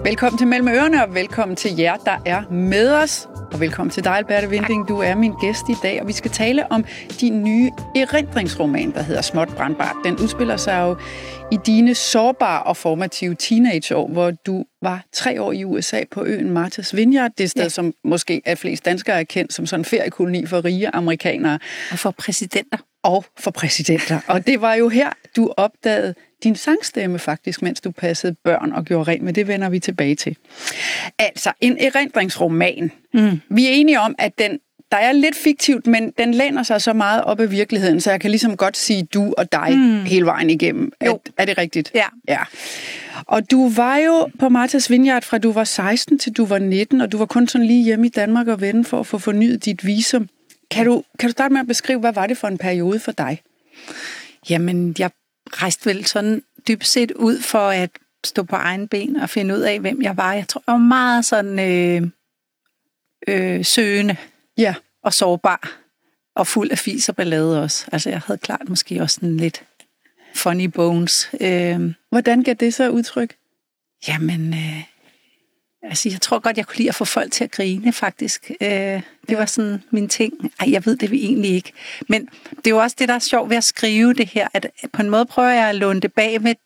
Velkommen til Mellem Ørerne, og velkommen til jer, der er med os. Og velkommen til dig, Alberte Winding. Du er min gæst i dag, og vi skal tale om din nye erindringsroman, der hedder Småt Brandbart. Den udspiller sig jo i dine sårbare og formative teenageår, hvor du var 3 år i USA på øen Martha's Vineyard. Det sted, som måske er flest danskere er kendt som sådan en feriekoloni for rige amerikanere. Og for præsidenter. Og det var jo her, du opdagede din sangstemme faktisk, mens du passede børn og gjorde rent, men det vender vi tilbage til. Altså, en erindringsroman. Vi er enige om, at der er lidt fiktivt, men den læner sig så meget op af virkeligheden, så jeg kan ligesom godt sige du og dig hele vejen igennem. Er det rigtigt? Ja. Og du var jo på Martha's Vineyard fra du var 16 til du var 19, og du var kun sådan lige hjemme i Danmark og vende for at få fornyet dit visum. Kan du starte med at beskrive, hvad var det for en periode for dig? Jamen, jeg rejste vel sådan dybest set ud for at stå på egen ben og finde ud af, hvem jeg var. Jeg tror, jeg var meget sådan søgende og sårbar og fuld af fis og ballade også. Altså, jeg havde klart måske også sådan lidt funny bones. Hvordan gav det så udtryk? Jamen, altså, jeg tror godt, jeg kunne lide at få folk til at grine, faktisk. Det var sådan min ting. Ej, jeg ved det egentlig ikke. Men det er jo også det, der er sjovt ved at skrive det her, at på en måde prøver jeg at låne det bag med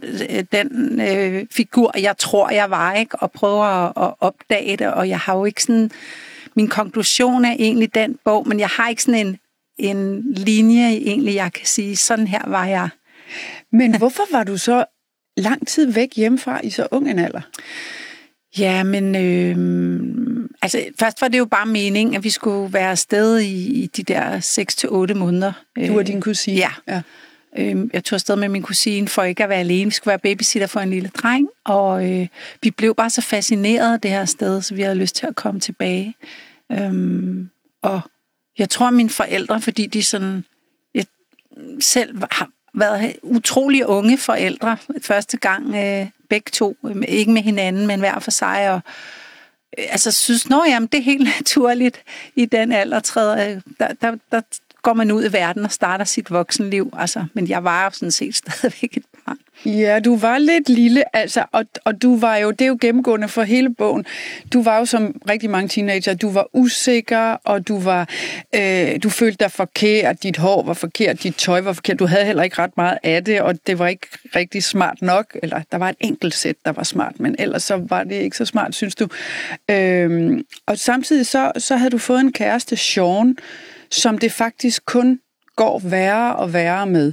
den figur, jeg tror, jeg var, ikke? Og prøver at opdage det, og jeg har jo ikke sådan... Min konklusion er egentlig den bog, men jeg har ikke sådan en linje, egentlig, jeg kan sige, sådan her var jeg. Men hvorfor var du så lang tid væk hjemmefra i så ung en alder? Ja, men altså først var det jo bare meningen, at vi skulle være afsted i de der 6 til 8 måneder. Du og din kusine? Ja. Jeg tog afsted med min kusine for ikke at være alene. Vi skulle være babysitter for en lille dreng, og vi blev bare så fascineret af det her sted, så vi havde lyst til at komme tilbage. Og jeg tror, mine forældre, fordi de sådan... Jeg selv har været utrolig unge forældre første gang, begge to, ikke med hinanden, men hver for sig, og altså synes, jamen, det er helt naturligt i den alder, der går man ud i verden og starter sit voksenliv, altså, men jeg var jo sådan set stadigvæk et barn. Ja, du var lidt lille, altså, og du var jo, det er jo gennemgående for hele bogen, du var jo som rigtig mange teenager, du var usikker, og du følte dig forkert, dit hår var forkert, dit tøj var forkert, du havde heller ikke ret meget af det, og det var ikke rigtig smart nok, eller der var et enkelt sæt, der var smart, men ellers så var det ikke så smart, synes du. Og samtidig så havde du fået en kæreste, Sean, som det faktisk kun går værre og værre med.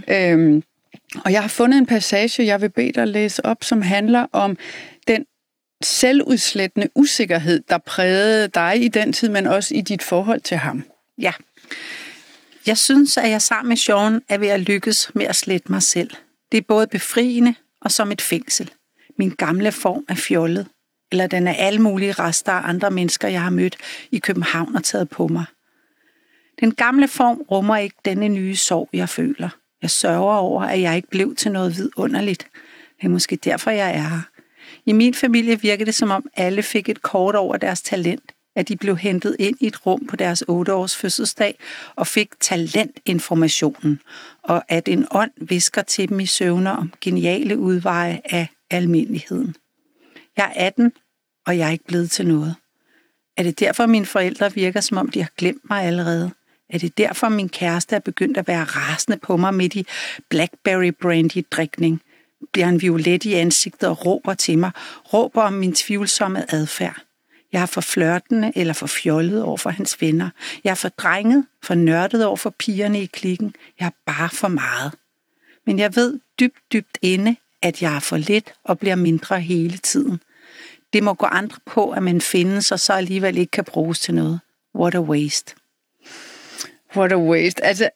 Og jeg har fundet en passage, jeg vil bede dig at læse op, som handler om den selvudslættende usikkerhed, der prægede dig i den tid, men også i dit forhold til ham. Ja. Jeg synes, at jeg sammen med Sean er ved at lykkes med at slette mig selv. Det er både befriende og som et fængsel. Min gamle form er fjollet, eller den er alle mulige rester af andre mennesker, jeg har mødt i København og taget på mig. Den gamle form rummer ikke denne nye sorg, jeg føler. Jeg sørger over, at jeg ikke blev til noget vidunderligt. Det er måske derfor, jeg er her. I min familie virker det, som om alle fik et kort over deres talent, at de blev hentet ind i et rum på deres 8-års fødselsdag og fik talentinformationen, og at en ånd visker til dem i søvner om geniale udveje af almindeligheden. Jeg er 18, og jeg er ikke blevet til noget. Er det derfor, mine forældre virker, som om de har glemt mig allerede? Er det derfor, min kæreste er begyndt at være rasende på mig midt i Blackberry Brandy-drikning? Bliver han violet i ansigtet og råber til mig, råber om min tvivlsomme adfærd. Jeg er for flirtende eller for fjollet over for hans venner. Jeg er for drenget, for nørdet over for pigerne i klikken. Jeg er bare for meget. Men jeg ved dybt inde, at jeg er for lidt og bliver mindre hele tiden. Det må gå andre på, at man findes og så alligevel ikke kan bruges til noget. What a waste. What a waste. Altså,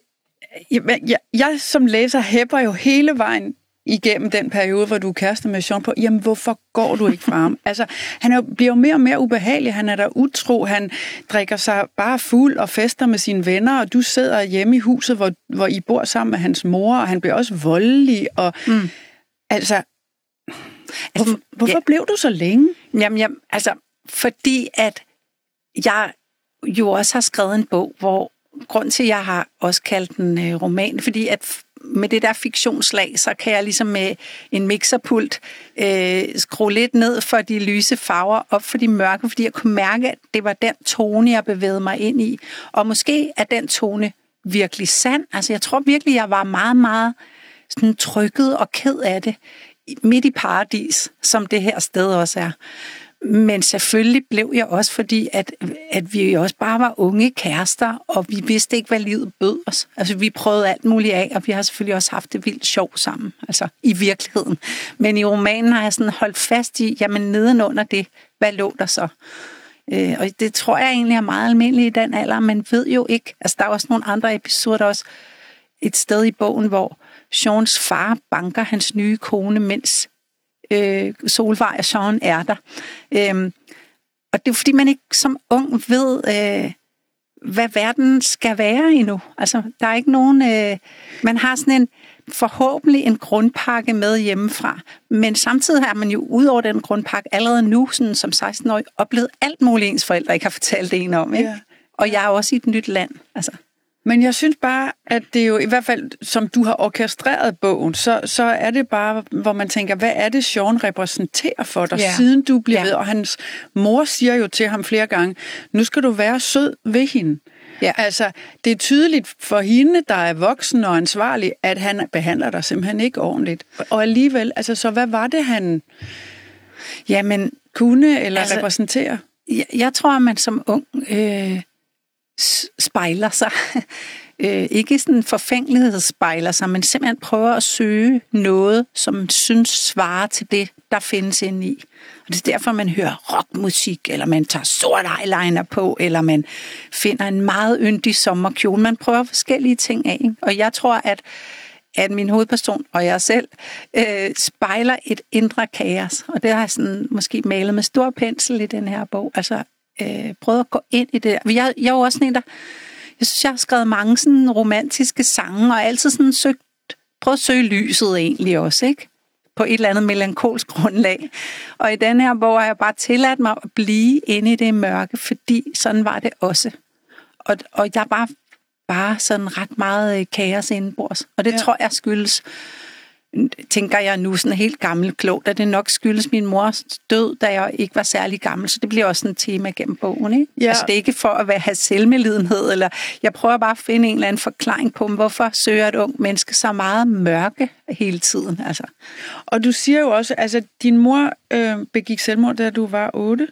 jeg som læser hæpper jo hele vejen igennem den periode, hvor du er kæreste med Sean på, jamen hvorfor går du ikke fra ham? Altså, bliver jo mere og mere ubehagelig, han er der utro, han drikker sig bare fuld og fester med sine venner, og du sidder hjemme i huset, hvor I bor sammen med hans mor, og han bliver også voldelig, og altså hvorfor blev du så længe? Jamen, altså, fordi at jeg jo også har skrevet en bog, hvor grund til, at jeg har også kaldt den roman, fordi at med det der fiktionslag, så kan jeg ligesom med en mixerpult skrue lidt ned for de lyse farver, op for de mørke, fordi jeg kunne mærke, at det var den tone, jeg bevægede mig ind i. Og måske er den tone virkelig sand. Altså jeg tror virkelig, jeg var meget, meget sådan trykket og ked af det, midt i paradis, som det her sted også er. Men selvfølgelig blev jeg også, fordi at vi også bare var unge kærester, og vi vidste ikke, hvad livet bød os. Altså, vi prøvede alt muligt af, og vi har selvfølgelig også haft det vildt sjovt sammen, altså i virkeligheden. Men i romanen har jeg sådan holdt fast i, jamen nedenunder det, hvad lå der så? Og det tror jeg egentlig er meget almindeligt i den alder, man ved jo ikke. Altså, der er også nogle andre episoder, der også et sted i bogen, hvor Seans far banker hans nye kone, mens Solvej og Sean er der. Og det er fordi, man ikke som ung ved, hvad verden skal være endnu. Altså, der er ikke nogen... man har sådan forhåbentlig en grundpakke med hjemmefra, men samtidig har man jo ud over den grundpakke allerede nu, sådan som 16-årig, oplevet alt muligt, ens forældre ikke har fortalt en om. Ikke? Ja. Og jeg er også i et nyt land. Altså. Men jeg synes bare, at det er jo i hvert fald, som du har orkestreret bogen, så er det bare, hvor man tænker, hvad er det, Sean repræsenterer for dig, siden du bliver ved? Og hans mor siger jo til ham flere gange, nu skal du være sød ved hende. Ja. Altså, det er tydeligt for hende, der er voksen og ansvarlig, at han behandler dig simpelthen ikke ordentligt. Og alligevel, altså, så hvad var det, han kunne eller repræsentere? Jeg tror, at man som ung spejler sig. Ikke sådan forfængelighedsspejler sig, men simpelthen prøver at søge noget, som synes svarer til det, der findes inde i. Og det er derfor, man hører rockmusik, eller man tager sort eyeliner på, eller man finder en meget yndig sommerkjole. Man prøver forskellige ting af. Ikke? Og jeg tror, at min hovedperson og jeg selv spejler et indre kaos. Og det har jeg sådan måske malet med stor pensel i den her bog. Altså prøvet at gå ind i det. Jeg er jo også en, der... Jeg synes, jeg har skrevet mange sådan romantiske sange, og altid sådan prøvet at søge lyset egentlig også, ikke? På et eller andet melankolsk grundlag. Og i den her bog har jeg bare tilladt mig at blive inde i det mørke, fordi sådan var det også. Og jeg var bare sådan ret meget kaos indenbords. Og det tror jeg skyldes, tænker jeg nu sådan helt gammel klogt, at det nok skyldes min mors død, da jeg ikke var særlig gammel, så det bliver også et tema gennem bogen, ikke? Ja. Altså det er ikke for at have selvmedlidenhed, eller jeg prøver bare at finde en eller anden forklaring på, hvorfor søger et ung menneske så meget mørke hele tiden, altså. Og du siger jo også, altså din mor begik selvmord, da du var 8,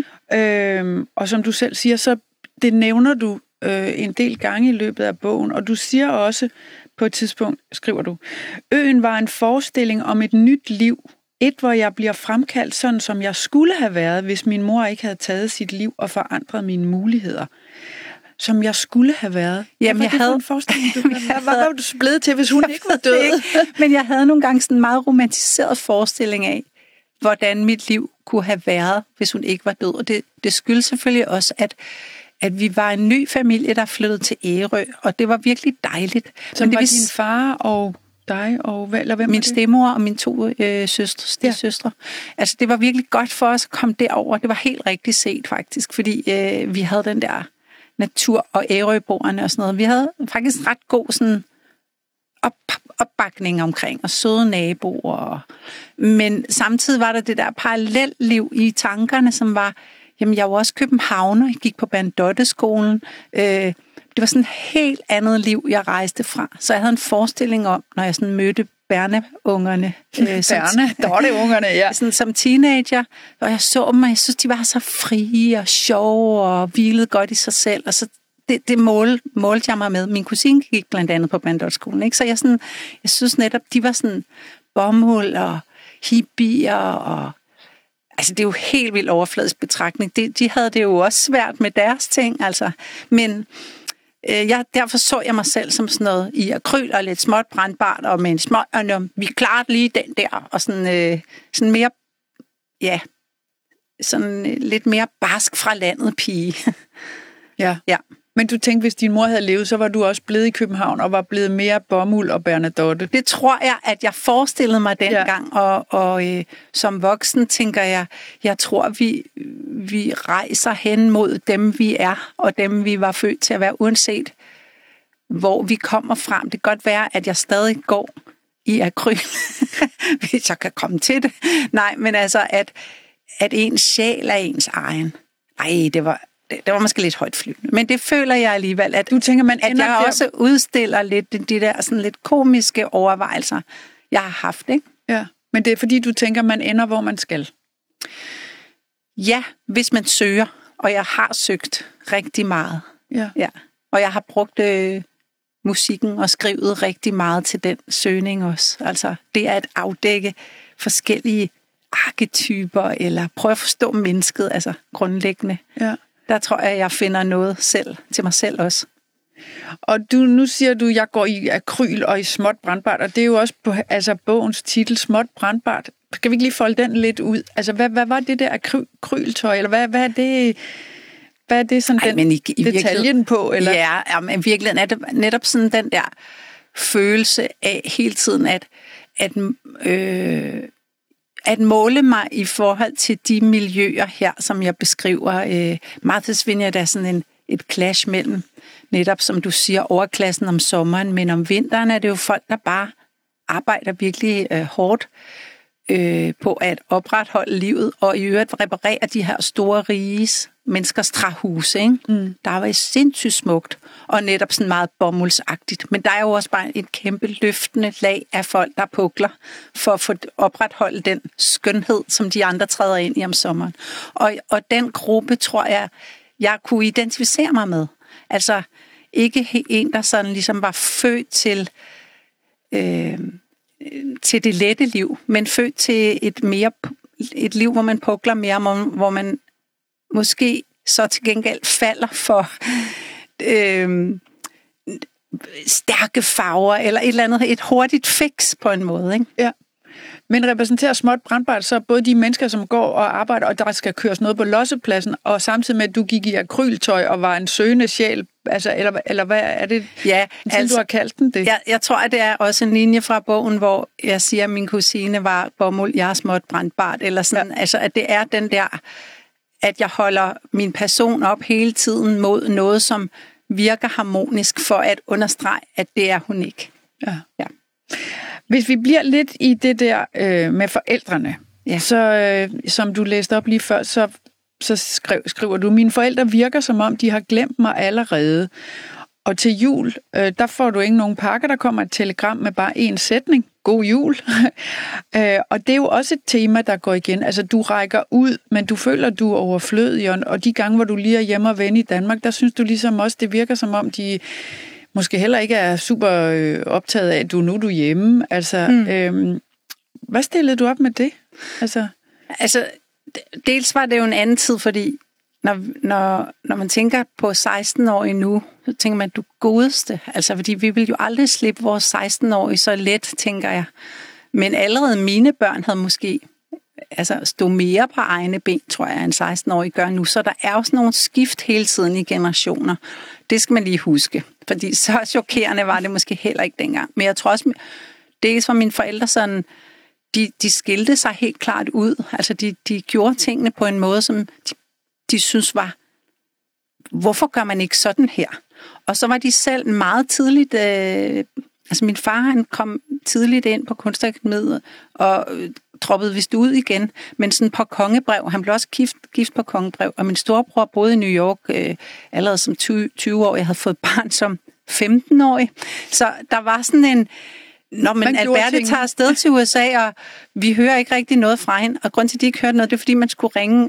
og som du selv siger, så det nævner du en del gange i løbet af bogen, og du siger også, på et tidspunkt skriver du, øen var en forestilling om et nyt liv. Et, hvor jeg bliver fremkaldt sådan, som jeg skulle have været, hvis min mor ikke havde taget sit liv og forandret mine muligheder. Som jeg skulle have været. Jamen, jeg havde en forestilling. Hvad var du blevet til, hvis hun ikke var død? Men jeg havde nogle gange sådan en meget romantiseret forestilling af, hvordan mit liv kunne have været, hvis hun ikke var død. Og det skyldes selvfølgelig også, at vi var en ny familie, der flyttede til Ærø, og det var virkelig dejligt. Så det var din far og dig og hvem? Min stemmor og mine 2 søstre. Altså, det var virkelig godt for os at komme derover. Det var helt rigtigt set, faktisk, fordi vi havde den der natur og Ærøboerne og sådan noget. Vi havde faktisk ret god sådan opbakning omkring, og søde naboer. Men samtidig var der det der parallelliv i tankerne, som var... Jamen, jeg var også københavner, jeg gik på Bernadotte-skolen. Det var sådan et helt andet liv, jeg rejste fra. Så jeg havde en forestilling om, når jeg sådan mødte Berneungerne. Bernedotte-ungerne, ja. Sådan, som teenager, og jeg så dem, og jeg synes, de var så frie og sjove og hvilede godt i sig selv. Og så det målte jeg mig med. Min kusine gik blandt andet på Bernadotte-skolen, ikke? Så jeg synes netop, de var sådan bomuld og hippier og... Altså, det er jo helt vildt overfladisk betragtning. De havde det jo også svært med deres ting, altså. Men derfor så jeg mig selv som sådan noget i akryl og lidt småt brandbart, og med en små, og vi klarede lige den der, og sådan mere, sådan lidt mere barsk fra landet pige. Ja. Men du tænkte, hvis din mor havde levet, så var du også blevet i København og var blevet mere bomuld og Bernadotte. Det tror jeg, at jeg forestillede mig dengang, og som voksen tænker jeg tror, vi rejser hen mod dem, vi er, og dem, vi var født til at være, uanset hvor vi kommer frem. Det kan godt være, at jeg stadig går i akryl, hvis jeg kan komme til det. Nej, men altså, at ens sjæl er ens egen. Ej, det var måske lidt højtflyvende. Men det føler jeg alligevel, at, du tænker, at jeg også udstiller lidt de der sådan lidt komiske overvejelser, jeg har haft, ikke? Ja, men det er fordi, du tænker, man ender, hvor man skal. Ja, hvis man søger, og jeg har søgt rigtig meget. Ja. Og jeg har brugt musikken og skrivet rigtig meget til den søgning også. Altså, det er at afdække forskellige arketyper, eller prøve at forstå mennesket, altså grundlæggende. Ja. Der tror jeg finder noget selv, til mig selv også. Og nu siger du, at jeg går i akryl og i småt brandbart, og det er jo også på bogens titel, Småt brandbart. Skal vi ikke lige folde den lidt ud? Altså, hvad var det der akryltøj, eller hvad er det... Hvad er det sådan den detaljen på? Eller? Ja, men virkelig er det netop sådan den der følelse af hele tiden, at måle mig i forhold til de miljøer her, som jeg beskriver. Martha's Vineyard er sådan et clash mellem, netop som du siger, overklassen om sommeren, men om vinteren er det jo folk, der bare arbejder virkelig hårdt på at opretholde livet, og i øvrigt reparere de her store, rige menneskers træhuse, ikke? Der var sindssygt smukt, og netop sådan meget bomuldsagtigt. Men der er jo også bare et kæmpe løftende lag af folk, der pukler, for at få opretholde den skønhed, som de andre træder ind i om sommeren. Og den gruppe, tror jeg kunne identificere mig med. Altså, ikke en, der sådan ligesom var født til det lette liv, men født til et liv, hvor man pukler mere, hvor man måske så til gengæld falder for stærke farver, eller et eller andet, et hurtigt fix på en måde, ikke? Ja. Men repræsenterer småt brandbart så både de mennesker, som går og arbejder, og der skal køres noget på lossepladsen, og samtidig med, at du gik i akryltøj og var en søgende sjæl, altså, eller hvad er det, du har kaldt den det? Jeg tror, at det er også en linje fra bogen, hvor jeg siger, at min kusine var bomuld, jeg er småt brandbart, eller sådan, altså, at det er den der, at jeg holder min person op hele tiden mod noget, som virker harmonisk for at understrege, at det er hun ikke. Ja. Hvis vi bliver lidt i det der med forældrene, så som du læste op lige før, så skriver du, mine forældre virker som om, de har glemt mig allerede. Og til jul, der får du ikke nogen pakker, der kommer et telegram med bare én sætning. God jul. Og det er jo også et tema, der går igen. Altså, du rækker ud, men du føler, du er overflødig. Og de gange, hvor du lige er hjemme og ven i Danmark, der synes du ligesom også, det virker som om, de måske heller ikke er super optaget af, at du er hjemme. Altså, hvad stillede du op med det? Altså, dels var det jo en anden tid, fordi når man tænker på 16-årige nu, så tænker man, du godeste. Altså, fordi vi vil jo aldrig slippe vores 16-årige så let, tænker jeg. Men allerede mine børn havde måske stå mere på egne ben, tror jeg, end 16-årige gør nu. Så der er jo sådan nogle skift hele tiden i generationer. Det skal man lige huske. Fordi så chokerende var det måske heller ikke dengang. Men jeg tror også, dels var mine forældre sådan, de skilte sig helt klart ud. Altså, de gjorde tingene på en måde, som de synes var, hvorfor gør man ikke sådan her? Og så var de selv meget tidligt, min far, han kom tidligt ind på Kunstakademiet og droppede vist ud igen, men sådan på kongebrev, han blev også gift på kongebrev, og min storebror boede i New York allerede som 20 år, jeg havde fået barn som 15-årig, så der var sådan en, Alberte tager afsted til USA, og vi hører ikke rigtig noget fra hende, og grund til, at de ikke hørte noget, det er, fordi man skulle ringe,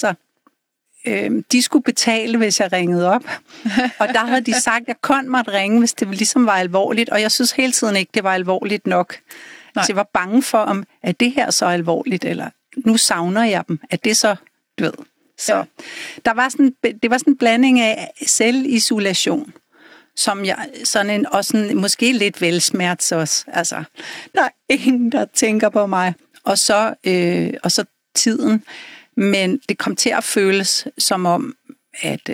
de skulle betale, hvis jeg ringede op. Og der havde de sagt, at jeg kun måtte ringe, hvis det ligesom var alvorligt. Og jeg synes hele tiden ikke, det var alvorligt nok. Så jeg var bange for, at det her så alvorligt, eller nu savner jeg dem. At det så, du ved. Så der var det var sådan en blanding af selvisolation, som jeg og måske lidt velsmerts også. Altså, der er ingen, der tænker på mig. Og så tiden. Men det kom til at føles som om, at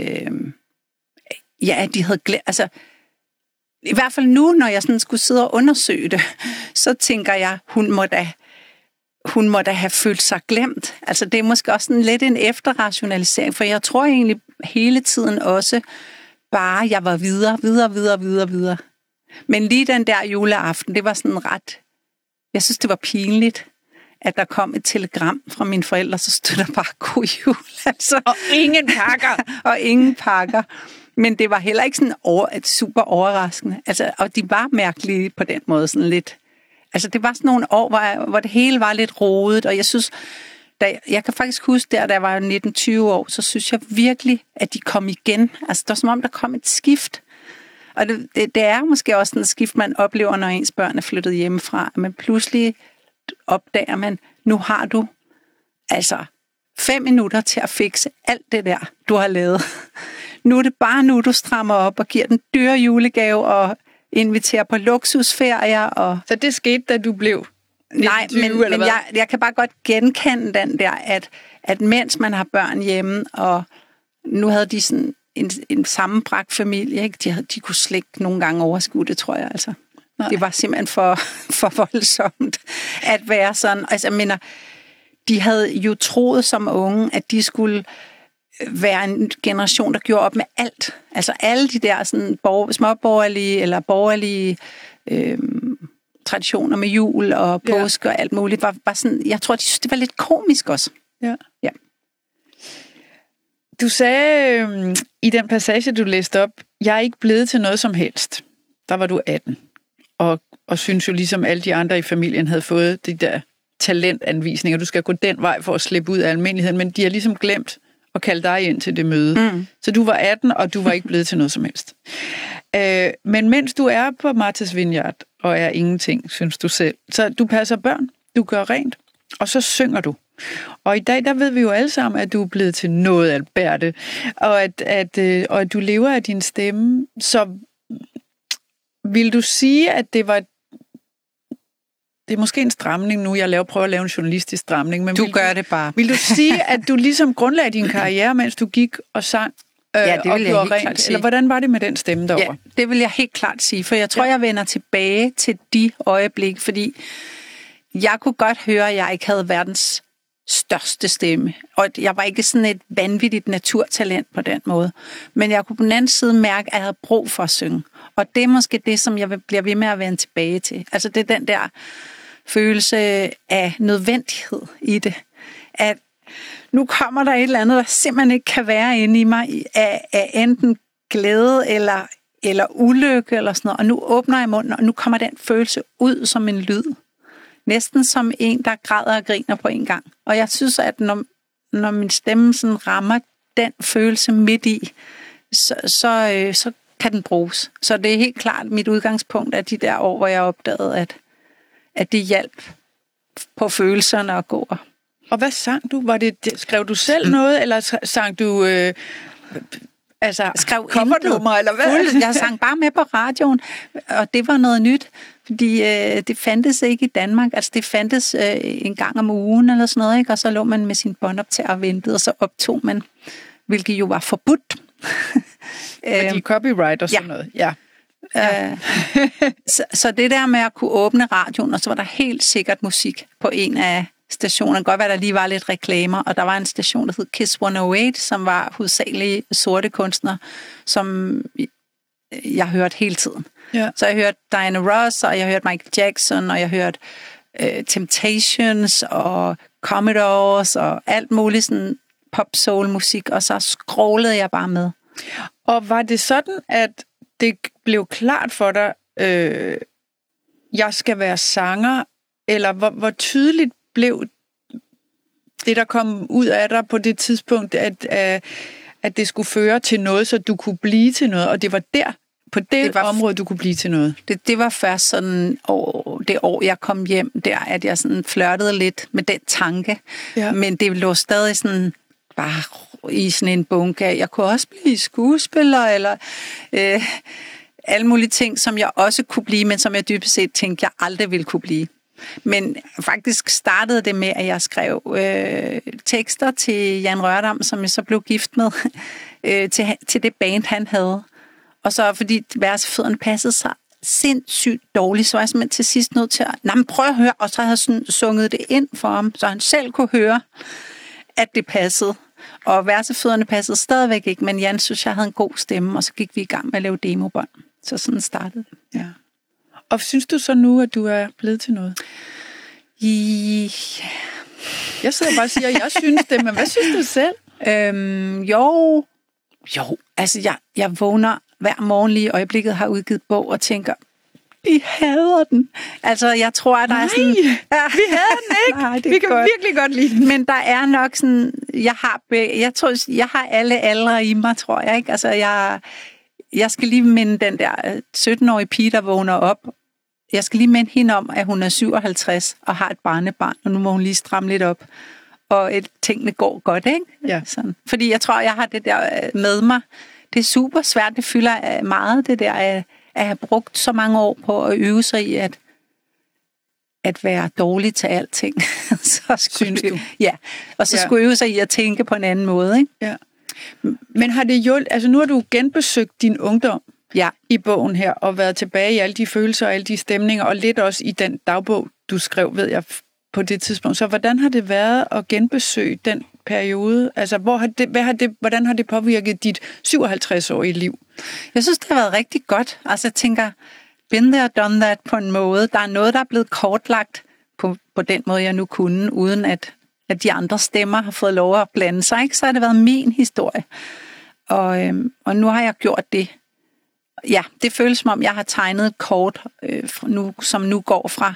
de havde glemt. Altså, i hvert fald nu, når jeg sådan skulle sidde og undersøge det, så tænker jeg, hun må da have følt sig glemt. Altså, det er måske også sådan lidt en efterrationalisering, for jeg tror egentlig hele tiden også bare, jeg var videre. Men lige den der juleaften, det var sådan ret... Jeg synes, det var pinligt, at der kom et telegram fra mine forældre, så stod der bare god jul. Altså. Og ingen pakker. Men det var heller ikke sådan super overraskende. Altså, og de var mærkelige på den måde, sådan lidt... Altså, det var sådan nogle år, hvor det hele var lidt rodet, og jeg synes... Jeg kan faktisk huske, da jeg var 19-20 år, så synes jeg virkelig, at de kom igen. Altså, det var som om, der kom et skift. Og det er måske også sådan et skift, man oplever, når ens børn er flyttet hjemmefra. Men pludselig opdager man, nu har du altså 5 minutter til at fikse alt det der, du har lavet. Nu er det bare nu, du strammer op og giver den dyre julegave og inviterer på luksusferier. Og... Så det skete, da du blev... Nej, men jeg kan bare godt genkende den der, at mens man har børn hjemme, og nu havde de sådan en sammenbragt familie, ikke? De kunne slet ikke nogle gange overskue det, tror jeg. Altså. Det var simpelthen for voldsomt at være sådan. Altså, jeg mener, de havde jo troet som unge, at de skulle være en generation, der gjorde op med alt. Altså alle de der sådan småborgerlige eller borgerlige traditioner med jul og påske og alt muligt, var sådan, jeg tror, de synes, det var lidt komisk også. Ja. Du sagde i den passage, du læste op, jeg er ikke blevet til noget som helst. Der var du 18. Og synes jo ligesom alle de andre i familien havde fået de der talentanvisninger. Du skal gå den vej for at slippe ud af almindeligheden, men de har ligesom glemt at kalde dig ind til det møde. Mm. Så du var 18, og du var ikke blevet til noget som helst. Men mens du er på Martha's Vineyard, og er ingenting, synes du selv, så du passer børn, du gør rent, og så synger du. Og i dag, der ved vi jo alle sammen, at du er blevet til noget, Alberte, og at du lever af din stemme. Så vil du sige, at det er måske en stramning nu, prøver at lave en journalistisk stramning, men du gør det bare. Vil du sige, at du ligesom grundlagde din karriere, mens du gik og sang det vil og jeg gjorde rent? Eller hvordan var det med den stemme derovre? Ja, det vil jeg helt klart sige, for jeg tror, jeg vender tilbage til de øjeblik, fordi jeg kunne godt høre, at jeg ikke havde verdens største stemme, og jeg var ikke sådan et vanvittigt naturtalent på den måde, men jeg kunne på den anden side mærke, at jeg havde brug for at synge, og det er måske det, som jeg bliver ved med at vende tilbage til. Altså det er den der følelse af nødvendighed i det, at nu kommer der et eller andet, der simpelthen ikke kan være inde i mig, af enten glæde eller ulykke eller sådan noget, og nu åbner jeg munden, og nu kommer den følelse ud som en lyd. Næsten som en, der græder og griner på en gang. Og jeg synes, at når min stemme sådan rammer den følelse midt i, så kan den bruges. Så det er helt klart mit udgangspunkt af de der år, hvor jeg opdagede, at det hjalp på følelserne at gå. Og hvad sang du? Skrev du selv noget, eller sang du... skrev covernummer, eller hvad? Jeg sang bare med på radioen, og det var noget nyt, fordi det fandtes ikke i Danmark. Altså det fandtes en gang om ugen eller sådan noget, ikke? Og så lå man med sin båndoptager og ventede, og så optog man, hvilket jo var forbudt. Fordi copyright og sådan noget. Ja. Så det der med at kunne åbne radioen, og så var der helt sikkert musik på en af stationer. Det kan godt være, der lige var lidt reklamer, og der var en station, der hed Kiss 108, som var hovedsageligt sorte kunstnere, som jeg hørte hele tiden. Ja. Så jeg hørte Diana Ross, og jeg hørte Michael Jackson, og jeg hørte Temptations, og Commodores, og alt muligt sådan pop-soul-musik, og så scrollede jeg bare med. Og var det sådan, at det blev klart for dig, jeg skal være sanger, eller hvor tydeligt blev det, der kom ud af dig på det tidspunkt, at det skulle føre til noget, så du kunne blive til noget, og det var der, på det område, du kunne blive til noget? Det var først sådan det år, jeg kom hjem, der, at jeg sådan flirtede lidt med den tanke, men det lå stadig sådan bare i sådan en bunke af, jeg kunne også blive skuespiller, eller alle mulige ting, som jeg også kunne blive, men som jeg dybest set tænkte, jeg aldrig ville kunne blive. Men faktisk startede det med, at jeg skrev tekster til Jan Rørdam, som jeg så blev gift med, til det band, han havde. Og så fordi versefødderne passede sig sindssygt dårligt, så var jeg simpelthen til sidst nødt til at prøv at høre, og så havde jeg sådan sunget det ind for ham, så han selv kunne høre, at det passede. Og versefødderne passede stadigvæk ikke, men Jan synes, jeg havde en god stemme, og så gik vi i gang med at lave demobånd. Så sådan startede det. Ja. Og synes du så nu, at du er blevet til noget? Jeg sidder bare og siger, at jeg synes det, men hvad synes du selv? Jo, altså jeg vågner hver morgen lige i øjeblikket, har udgivet bog og tænker, vi hader den. Altså, jeg tror, at der er sådan... vi hader den ikke. Nej, vi kan virkelig godt lide den. Men der er nok sådan... Jeg tror, jeg har alle aldre i mig, tror jeg, ikke? Altså, jeg skal lige minde den der 17-årige pige, der vågner op. Jeg skal lige minde hende om, at hun er 57 og har et barnebarn, og nu må hun lige stramme lidt op. Og tingene går godt, ikke? Ja. Sådan. Fordi jeg tror, jeg har det der med mig. Det er super svært. Det fylder meget, det der at have brugt så mange år på at øve sig i at være dårlig til alting. Så synes du? Ja, og så skulle øve sig i at tænke på en anden måde, ikke? Ja. Men har det hjulpet, altså nu har du genbesøgt din ungdom i bogen her, og været tilbage i alle de følelser og alle de stemninger, og lidt også i den dagbog, du skrev, ved jeg, på det tidspunkt. Så hvordan har det været at genbesøge den periode? Altså, hvordan har det påvirket dit 57-årige liv? Jeg synes, det har været rigtig godt. Altså, jeg tænker, been there, done that på en måde. Der er noget, der er blevet kortlagt på den måde, jeg nu kunne, uden at de andre stemmer har fået lov at blande sig. Ikke? Så har det været min historie. Og nu har jeg gjort det. Ja, det føles som om, jeg har tegnet et kort, som nu går fra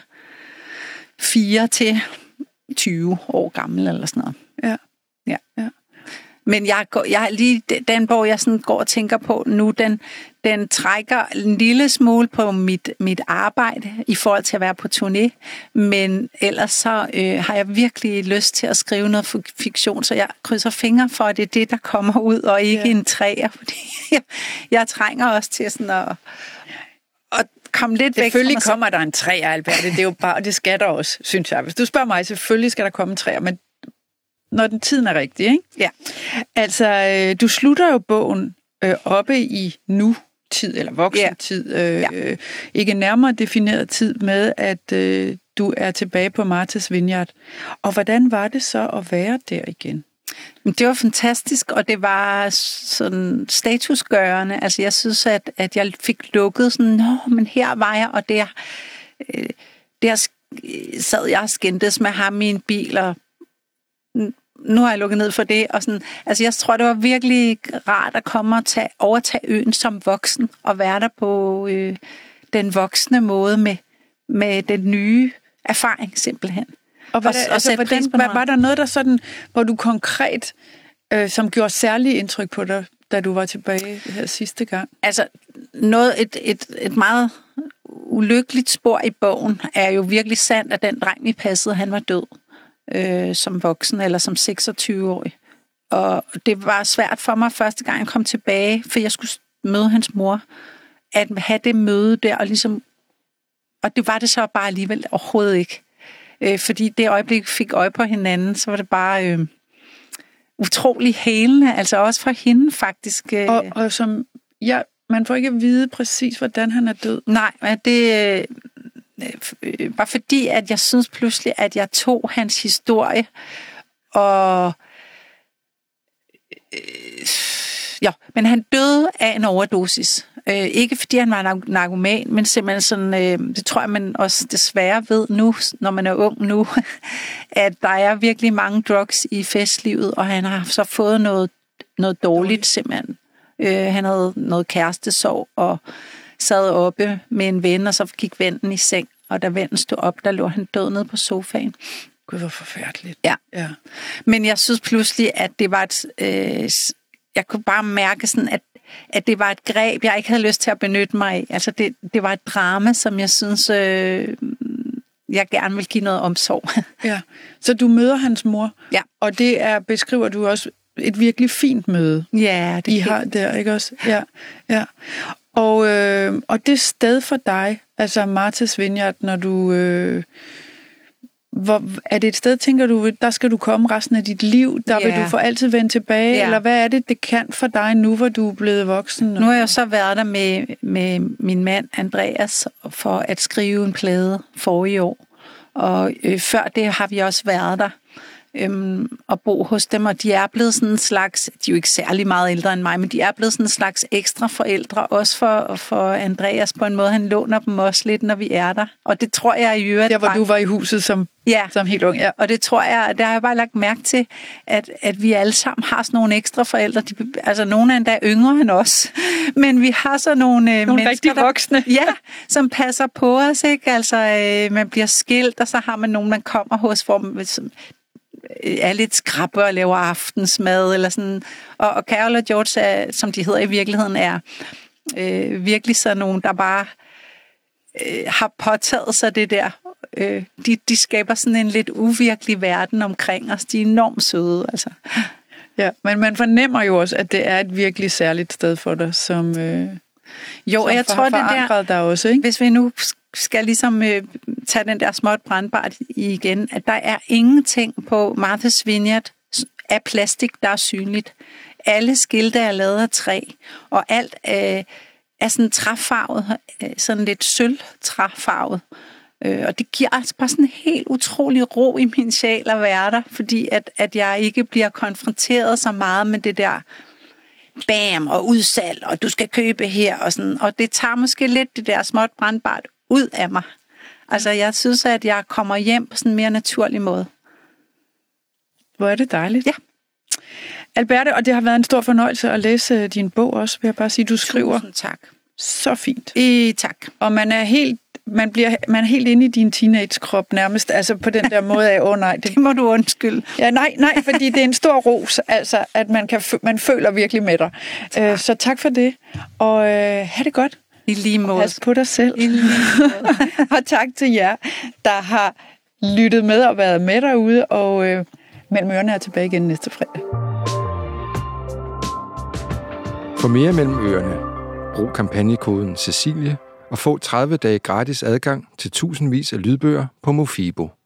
4 til 20 år gammel eller sådan noget. Ja. Men jeg lige den bog, jeg sådan går og tænker på nu, den trækker en lille smule på mit arbejde i forhold til at være på turné, men ellers så har jeg virkelig lyst til at skrive noget fiktion, så jeg krydser fingre for, at det er det, der kommer ud, og ikke en træer, fordi jeg trænger også til sådan at komme lidt væk. Selvfølgelig kommer der en træer, Alberte, det er jo bare, det skal der også, synes jeg. Hvis du spørger mig, selvfølgelig skal der komme en træer, men når den tiden er rigtig, ikke? Ja. Altså, du slutter jo bogen oppe i nu-tid, eller voksentid. Ikke nærmere defineret tid med, at du er tilbage på Martha's Vineyard. Og hvordan var det så at være der igen? Det var fantastisk, og det var sådan statusgørende. Altså, jeg synes, at jeg fik lukket sådan, men her var jeg, og der sad jeg og skændtes med ham i en bil, og nu har jeg lukket ned for det, og sådan, altså jeg tror, det var virkelig rart at komme og overtage øen som voksen, og være der på den voksne måde med den nye erfaring, simpelthen. Og var der noget, der sådan, hvor du konkret, som gjorde særlig indtryk på dig, da du var tilbage her sidste gang? Altså, et meget ulykkeligt spor i bogen er jo virkelig sandt, at den dreng, vi passede, han var død. Som voksen eller som 26-årig. Og det var svært for mig første gang jeg kom tilbage, for jeg skulle møde hans mor, at have det møde der, og det var det så bare alligevel overhovedet ikke. Fordi det øjeblik, vi fik øje på hinanden, så var det bare utrolig hælende, altså også for hende faktisk. Og som, man får ikke at vide præcis, hvordan han er død. Nej, men det var fordi, at jeg synes pludselig, at jeg tog hans historie, og men han døde af en overdosis. Ikke fordi han var narkoman, men simpelthen sådan, det tror jeg, man også desværre ved nu, når man er ung nu, at der er virkelig mange drugs i festlivet, og han har så fået noget dårligt simpelthen. Han havde noget kærestesorg, og sad oppe med en ven, og så gik vennen i seng, og da vennen stod op, der lå han død nede på sofaen. Gud, hvor forfærdeligt. Ja. Men jeg synes pludselig, at det var jeg kunne bare mærke sådan, at det var et greb, jeg ikke havde lyst til at benytte mig af. Altså det var et drama, som jeg synes, jeg gerne vil give noget omsorg. Ja, så du møder hans mor, og det beskriver du også et virkelig fint møde. Ja, det I har der, ikke også? Ja. Og det sted for dig, altså Martha's Vineyard, når du... er det et sted, tænker du, der skal du komme resten af dit liv? Der vil du for altid vende tilbage? Eller hvad er det kan for dig nu, hvor du er blevet voksen? Nu har jeg så været der med min mand Andreas for at skrive en plade forrige år. Og før det har vi også været der. at bo hos dem, og de er blevet sådan en slags, de er jo ikke særlig meget ældre end mig, men de er blevet sådan en slags ekstra forældre, også for Andreas på en måde. Han låner dem også lidt, når vi er der. Og det tror jeg i øvrigt... Der, hvor du var i huset som helt ung. Ja. Og det tror jeg, der har jeg bare lagt mærke til, at vi alle sammen har sådan nogle ekstra forældre. Altså, nogle er endda yngre end os. Men vi har så nogle mennesker, rigtig voksne. Som passer på os, ikke? Altså, man bliver skilt, og så har man nogen, man kommer hos, hvor som er lidt skrabbe og laver aftensmad, eller sådan. Og Carol og George, er, som de hedder i virkeligheden, er virkelig sådan nogen, der bare har påtaget sig det der. De skaber sådan en lidt uvirkelig verden omkring os. De er enormt søde, altså. Ja, men man fornemmer jo også, at det er et virkelig særligt sted for dig, som jeg tror, det der også, ikke? Hvis vi nu skal ligesom tage den der småt brandbart igen, at der er ingenting på Martha's Vineyard af plastik, der er synligt. Alle skilte er lavet af træ, og alt er sådan træfarvet, sådan lidt sølvtræfarvet. Og det giver altså bare sådan en helt utrolig ro i min sjæl at være der, fordi at jeg ikke bliver konfronteret så meget med det der bam og udsalg, og du skal købe her, og sådan. Og det tager måske lidt det der småt brandbart ud af mig. Altså, jeg synes, at jeg kommer hjem på sådan en mere naturlig måde. Hvor er det dejligt. Ja. Alberte, og det har været en stor fornøjelse at læse din bog også, vil jeg bare sige. Du skriver. Tusind tak. Så fint. Tak. Og man er helt inde i din teenage-krop nærmest, altså på den der måde af, nej. Det må du undskylde. Ja, nej, fordi det er en stor ros, altså, at man føler virkelig med dig. Så tak for det, og have det godt. I lige måde. Pas på dig selv. I lige måde. Og tak til jer, der har lyttet med og været med derude, og Mellem Ørerne er tilbage igen næste fredag. For mere Mellem Ørerne, brug kampagnekoden Cecilie og få 30 dage gratis adgang til tusindvis af lydbøger på Mofibo.